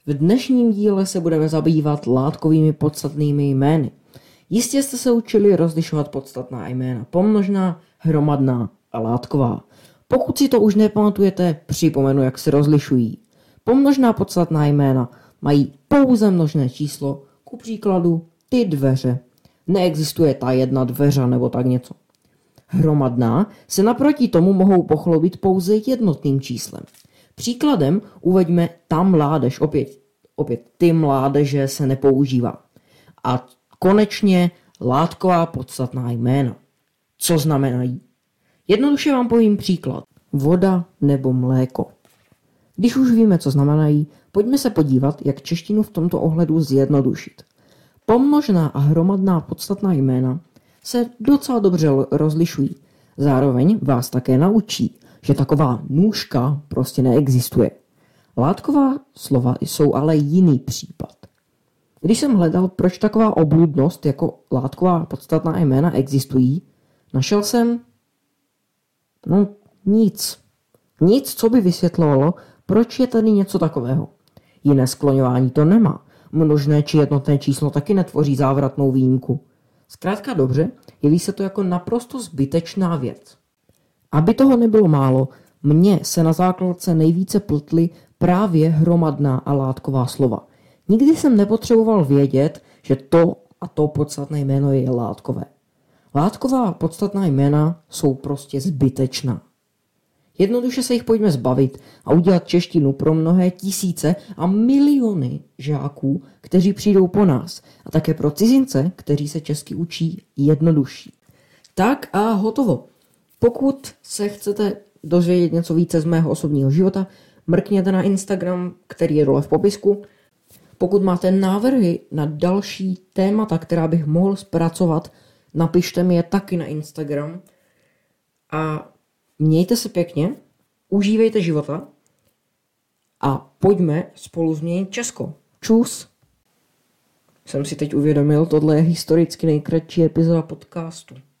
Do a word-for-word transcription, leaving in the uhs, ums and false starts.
V dnešním díle se budeme zabývat látkovými podstatnými jmény. Jistě jste se učili rozlišovat podstatná jména, pomnožná, hromadná a látková. Pokud si to už nepamatujete, připomenu, jak se rozlišují. Pomnožná podstatná jména mají pouze množné číslo, ku příkladu ty dveře. Neexistuje ta jedna dveře nebo tak něco. Hromadná se naproti tomu mohou pochlubit pouze jednotným číslem. Příkladem uveďme ta mládež, opět, opět ty mládeže se nepoužívá. A konečně látková podstatná jména. Co znamenají? Jednoduše vám povím příklad. Voda nebo mléko. Když už víme, co znamenají, pojďme se podívat, jak češtinu v tomto ohledu zjednodušit. Pomnožná a hromadná podstatná jména se docela dobře rozlišují. Zároveň vás také naučí, že taková nůžka prostě neexistuje. Látková slova jsou ale jiný případ. Když jsem hledal, proč taková obludnost jako látková podstatná jména existují, našel jsem no nic. Nic, co by vysvětlovalo, proč je tady něco takového. Jiné skloňování to nemá. Množné či jednotné číslo taky netvoří závratnou výjimku. Zkrátka dobře, jeví se to jako naprosto zbytečná věc. Aby toho nebylo málo, mně se na základce nejvíce pltly právě hromadná a látková slova. Nikdy jsem nepotřeboval vědět, že to a to podstatné jméno je látkové. Látková podstatná jména jsou prostě zbytečná. Jednoduše se jich pojďme zbavit a udělat češtinu pro mnohé tisíce a miliony žáků, kteří přijdou po nás, a také pro cizince, kteří se česky učí jednodušší. Tak a hotovo. Pokud se chcete dozvědět něco více z mého osobního života, mrkněte na Instagram, který je dole v popisku. Pokud máte návrhy na další témata, která bych mohl zpracovat, napište mi je taky na Instagram. A mějte se pěkně, užívejte života a pojďme spolu změnit Česko. Čus! Jsem si teď uvědomil, tohle je historicky nejkratší epizoda podcastu.